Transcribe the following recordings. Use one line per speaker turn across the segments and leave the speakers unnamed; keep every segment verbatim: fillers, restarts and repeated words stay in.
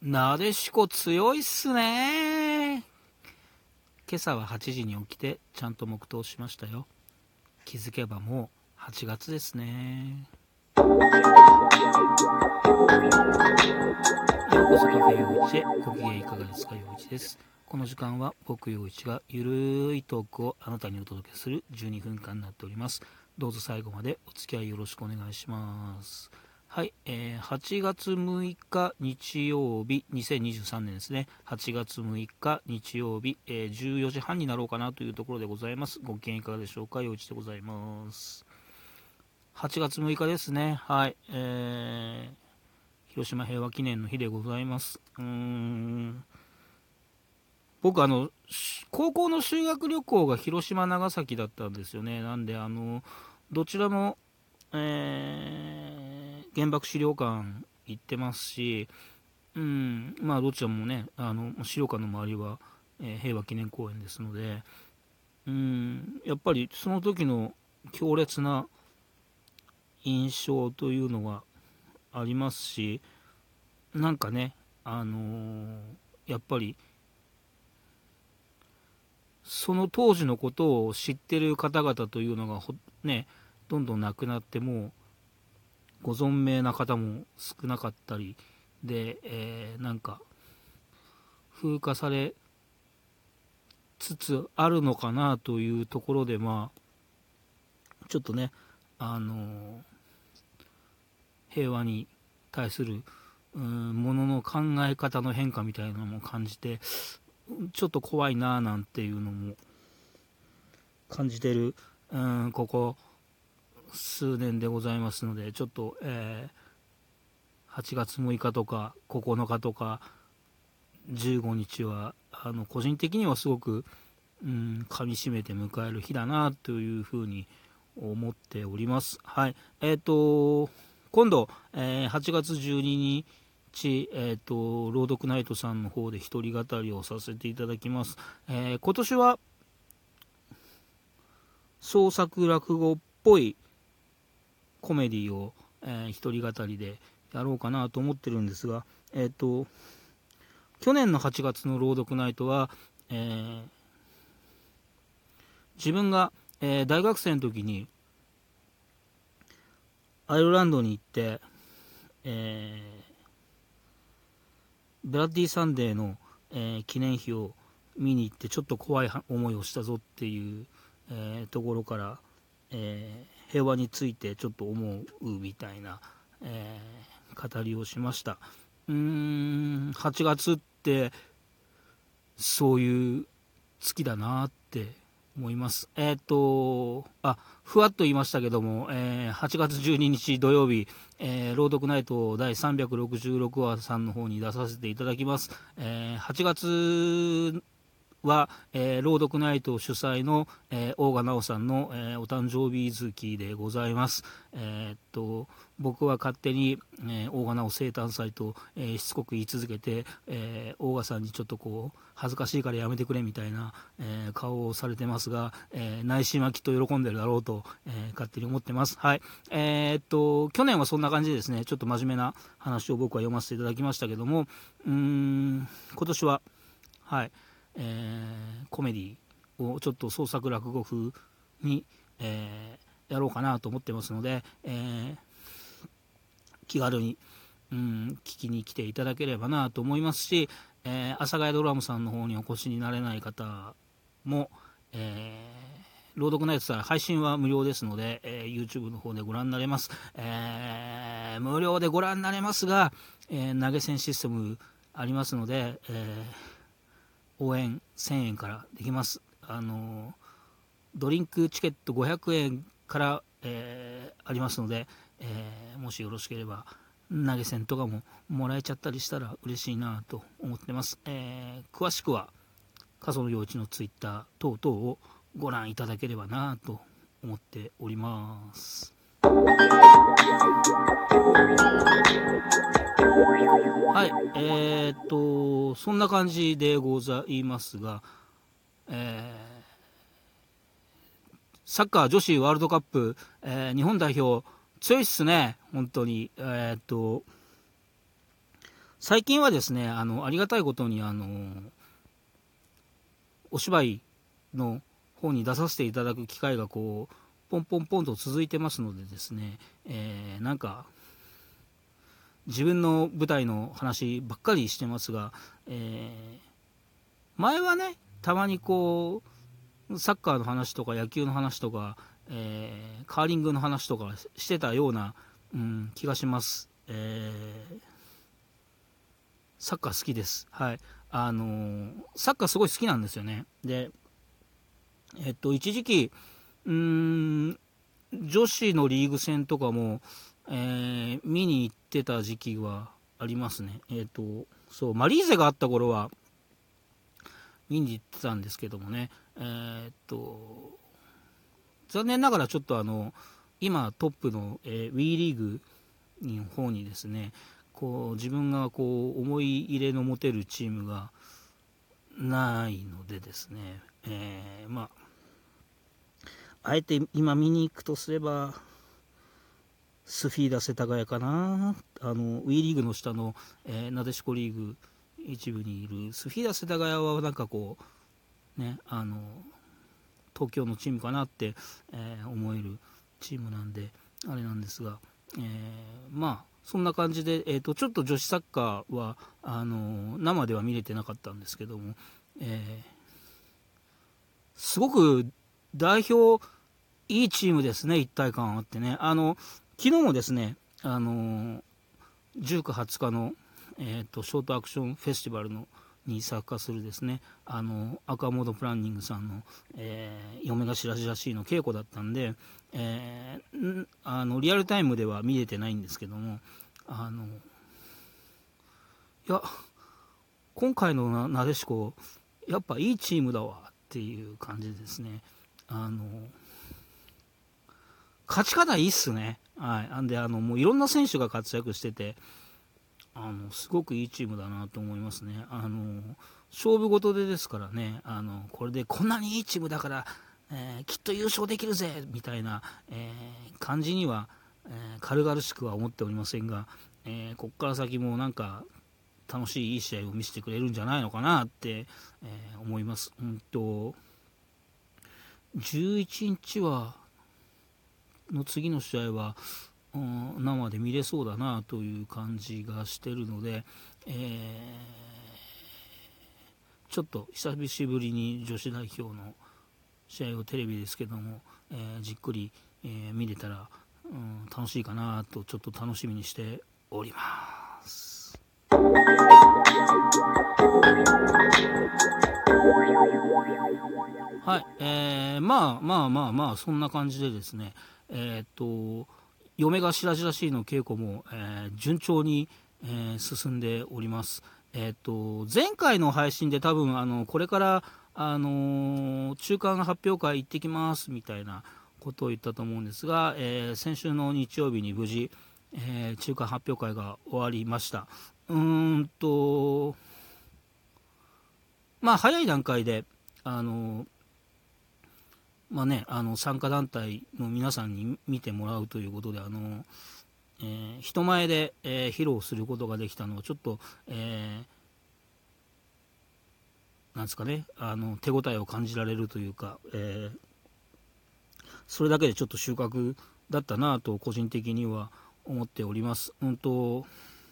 なでしこ強いっすね。今朝ははちじに起きてちゃんと黙祷しましたよ。気づけばもうはちがつですね。ようこそカフェ陽一へ。ご機嫌いかがですか？陽一です。この時間は僕陽一がゆるいトークをあなたにお届けするじゅうにふんかんになっております。どうぞ最後までお付き合いよろしくお願いします。はい、えー、はちがつむいか日曜日、にせんにじゅうさんねんですね。はちがつむいか日曜日、えー、じゅうよじはんになろうかなというところでございます。ご機嫌いかがでしょうか？陽一でございます。はちがつむいかですね。はい、えー、広島平和記念の日でございます。うーん僕あの高校の修学旅行が広島長崎だったんですよね。なんであのどちらも、えー、原爆資料館行ってますし、うんまあどちらもね、あの資料館の周りは、えー、平和記念公園ですので、うんやっぱりその時の強烈な印象というのがありますし、なんかね、あのー、やっぱりその当時のことを知ってる方々というのがね、どんどんなくなってもご存命な方も少なかったりで、えー、なんか風化されつつあるのかなというところで、まあちょっとね、あのー、平和に対するものの考え方の変化みたいなのも感じて、ちょっと怖いななんていうのも感じてる、うん、ここ数年でございますので、ちょっと、えー、はちがつむいかとかここのかとかじゅうごにちはあの個人的にはすごく、うん、噛みしめて迎える日だなというふうに思っております。はい、えっ、ー、と今度、えー、はちがつじゅうににち、えーと、朗読ナイトさんの方で一人語りをさせていただきます。えー、今年は創作落語っぽいコメディを、えー、一人語りでやろうかなと思ってるんですが、えっ、ー、と去年のはちがつの朗読ナイトは、えー、自分が、えー、大学生の時にアイルランドに行って、えー、ブラッディサンデーの、えー、記念碑を見に行ってちょっと怖い思いをしたぞっていう、えー、ところから、えー、平和についてちょっと思うみたいな、えー、語りをしました。うーんはちがつってそういう月だなって思います。えっ、ー、とあふわっと言いましたけども、えー、はちがつじゅうににち土曜日、えー、朗読ナイトだいさんびゃくろくじゅうろくわさんの方に出させていただきます。えー、はちがつは、えー、朗読ナイト主催の、えー、大賀直さんの、えー、お誕生日月でございます。えー、っと僕は勝手に、えー、大賀直生誕祭と、えー、しつこく言い続けて、えー、大賀さんにちょっとこう恥ずかしいからやめてくれみたいな、えー、顔をされてますが、えー、内心はきっと喜んでるだろうと、えー、勝手に思ってます。はい。えー、っと去年はそんな感じでですね、ちょっと真面目な話を僕は読ませていただきましたけども、うーん今年ははいえー、コメディをちょっと創作落語風に、えー、やろうかなと思ってますので、えー、気軽に、うん、聞きに来ていただければなと思いますし、えー、阿佐ヶ谷ドラムさんの方にお越しになれない方も、えー、朗読ナイトさん配信は無料ですので、えー、YouTube の方でご覧になれます。えー、無料でご覧になれますが、えー、投げ銭システムありますので、えー応援せんえんからできます。あのドリンクチケットごひゃくえんから、えー、ありますので、えー、もしよろしければ投げ銭とかももらえちゃったりしたら嬉しいなと思ってます。えー、詳しくは笠野陽一のツイッター等々をご覧いただければなと思っております。はい、えー、っとそんな感じでございますが、えー、サッカー女子ワールドカップ、えー、日本代表強いっすね本当に。えー、っと最近はですね、あのありがたいことにあのお芝居の方に出させていただく機会がこうポンポンポンと続いてますのでですね、えー、なんか自分の舞台の話ばっかりしてますが、えー、前はねたまにこうサッカーの話とか野球の話とか、えー、カーリングの話とかしてたような、うん、気がします。えー、サッカー好きです。はい。あのー、サッカーすごい好きなんですよね。で、えっと一時期うーん女子のリーグ戦とかも、えー、見に行ってた時期はありますね。えっとそうマリーゼがあった頃は見に行ってたんですけどもね、えー、っと残念ながらちょっとあの今トップの、えー、ウィー リーグの方にですねこう自分がこう思い入れの持てるチームがないのでですね、えー、まああえて今見に行くとすればスフィーダ世田谷かな。あの ウィー リーグの下の、えー、なでしこリーグ一部にいるスフィーダ世田谷はなんかこうねあの東京のチームかなって、えー、思えるチームなんであれなんですが、えー、まあそんな感じで、えー、とちょっと女子サッカーはあの生では見れてなかったんですけども、えー、すごく代表いいチームですね。一体感あってね、あの昨日もですねあのじゅうく、はつかの、えー、とショートアクションフェスティバルのに参加するですねあのアクアモードプランニングさんの、えー、嫁がしらしらしいの稽古だったんで、えー、あのリアルタイムでは見れてないんですけども、あのいや今回の な, なでしこやっぱいいチームだわっていう感じですね。あの勝ち方いいっすね。はい、あんであのもういろんな選手が活躍しててあのすごくいいチームだなと思いますね。あの勝負事でですからねあのこれでこんなにいいチームだから、えー、きっと優勝できるぜみたいな、えー、感じには、えー、軽々しくは思っておりませんが、えー、ここから先もなんか楽しいいい試合を見せてくれるんじゃないのかなって、えー、思います。うんとじゅういちにちはの次の試合は生で見れそうだなという感じがしてるので、えー、ちょっと久しぶりに女子代表の試合をテレビですけども、えー、じっくり、えー、見れたら、うん、楽しいかなとちょっと楽しみにしております。はい、えー、まあまあまあまあそんな感じでですねえー、っと嫁がしらしらしいの稽古も、えー、順調に、えー、進んでおります。えー、っと前回の配信で多分あのこれから、あのー、中間発表会行ってきますみたいなことを言ったと思うんですが、えー、先週の日曜日に無事、えー、中間発表会が終わりました。うーんとまあ早い段階であのーまあね、あの参加団体の皆さんに見てもらうということであの、えー、人前で、えー、披露することができたのはちょっと、えー、なんですかねあの手応えを感じられるというか、えー、それだけでちょっと収穫だったなと個人的には思っております。うんと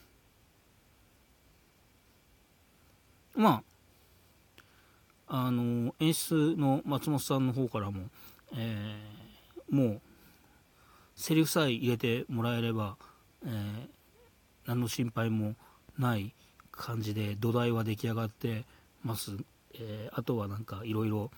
まああの演出の松本さんの方からも、えー、もうセリフさえ入れてもらえれば、えー、何の心配もない感じで土台は出来上がってます。えー、あとはなんかいろいろ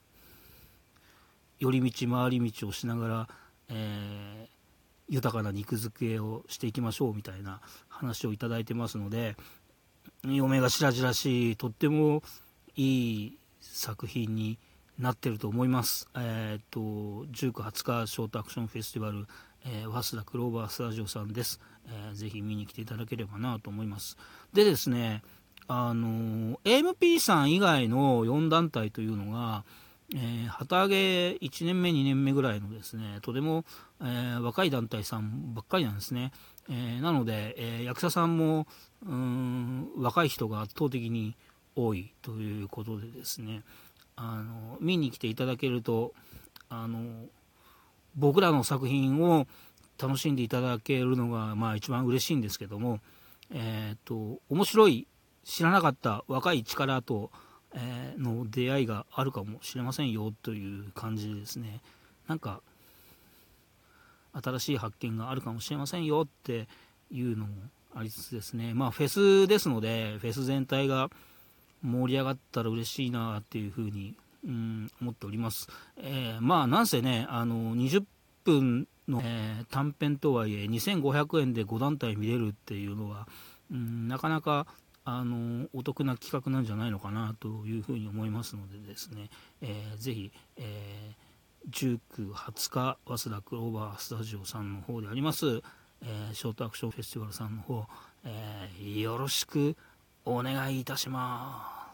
寄り道回り道をしながら、えー、豊かな肉付けをしていきましょうみたいな話をいただいてますので、嫁がしらじらしいとってもいい作品になってると思います。えー、っとじゅうく、はつかショートアクションフェスティバル、えー、早稲田クローバースタジオさんです。えー、ぜひ見に来ていただければなと思います。でですねあの エーエムピー さん以外のよん団体というのが、えー、旗揚げいちねんめにねんめぐらいのですねとても、えー、若い団体さんばっかりなんですね。 えー、なので、えー、役者さんもうーん若い人が圧倒的に多いということでですね、あの見に来ていただけるとあの僕らの作品を楽しんでいただけるのが、まあ、一番嬉しいんですけども、えー、と面白い知らなかった若い力と、えー、の出会いがあるかもしれませんよという感じでですね、なんか新しい発見があるかもしれませんよっていうのもありつつですね、まあフェスですのでフェス全体が盛り上がったら嬉しいなっていうふうにうん思っております。えー、まあなんせね、あのにじゅっぷんの、えー、短編とはいえにせんごひゃくえんでご団体見れるっていうのはうんなかなかあのお得な企画なんじゃないのかなというふうに思いますのでですね、えー、ぜひ、えーじゅうく、はつか早稲田クローバースタジオさんの方であります、えー、ショートアクションフェスティバルさんの方、えー、よろしくお願いいたします。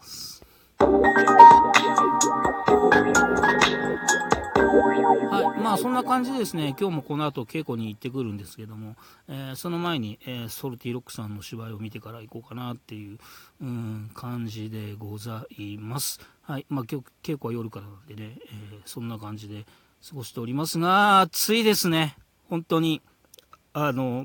はい、まあそんな感じでですね、今日もこの後稽古に行ってくるんですけども、えー、その前に、えー、ソルティロックさんの芝居を見てから行こうかなっていう、うん、感じでございます。はい、まあ今日稽古は夜からなんでね、えー、そんな感じで過ごしておりますが、暑いですね、本当に。あの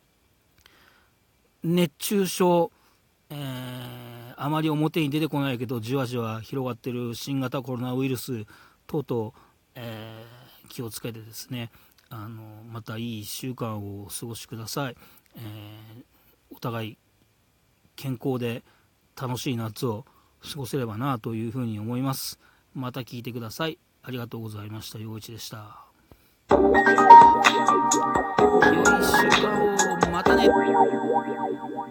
熱中症、えー、あまり表に出てこないけどじわじわ広がっている新型コロナウイルス等々、えー、気をつけてですね、あのまたいいいっしゅうかんをお過ごしください。えー、お互い健康で楽しい夏を過ごせればなというふうに思います。また聞いてください。ありがとうございました。陽一でした。良いいっしゅうかんをまたね。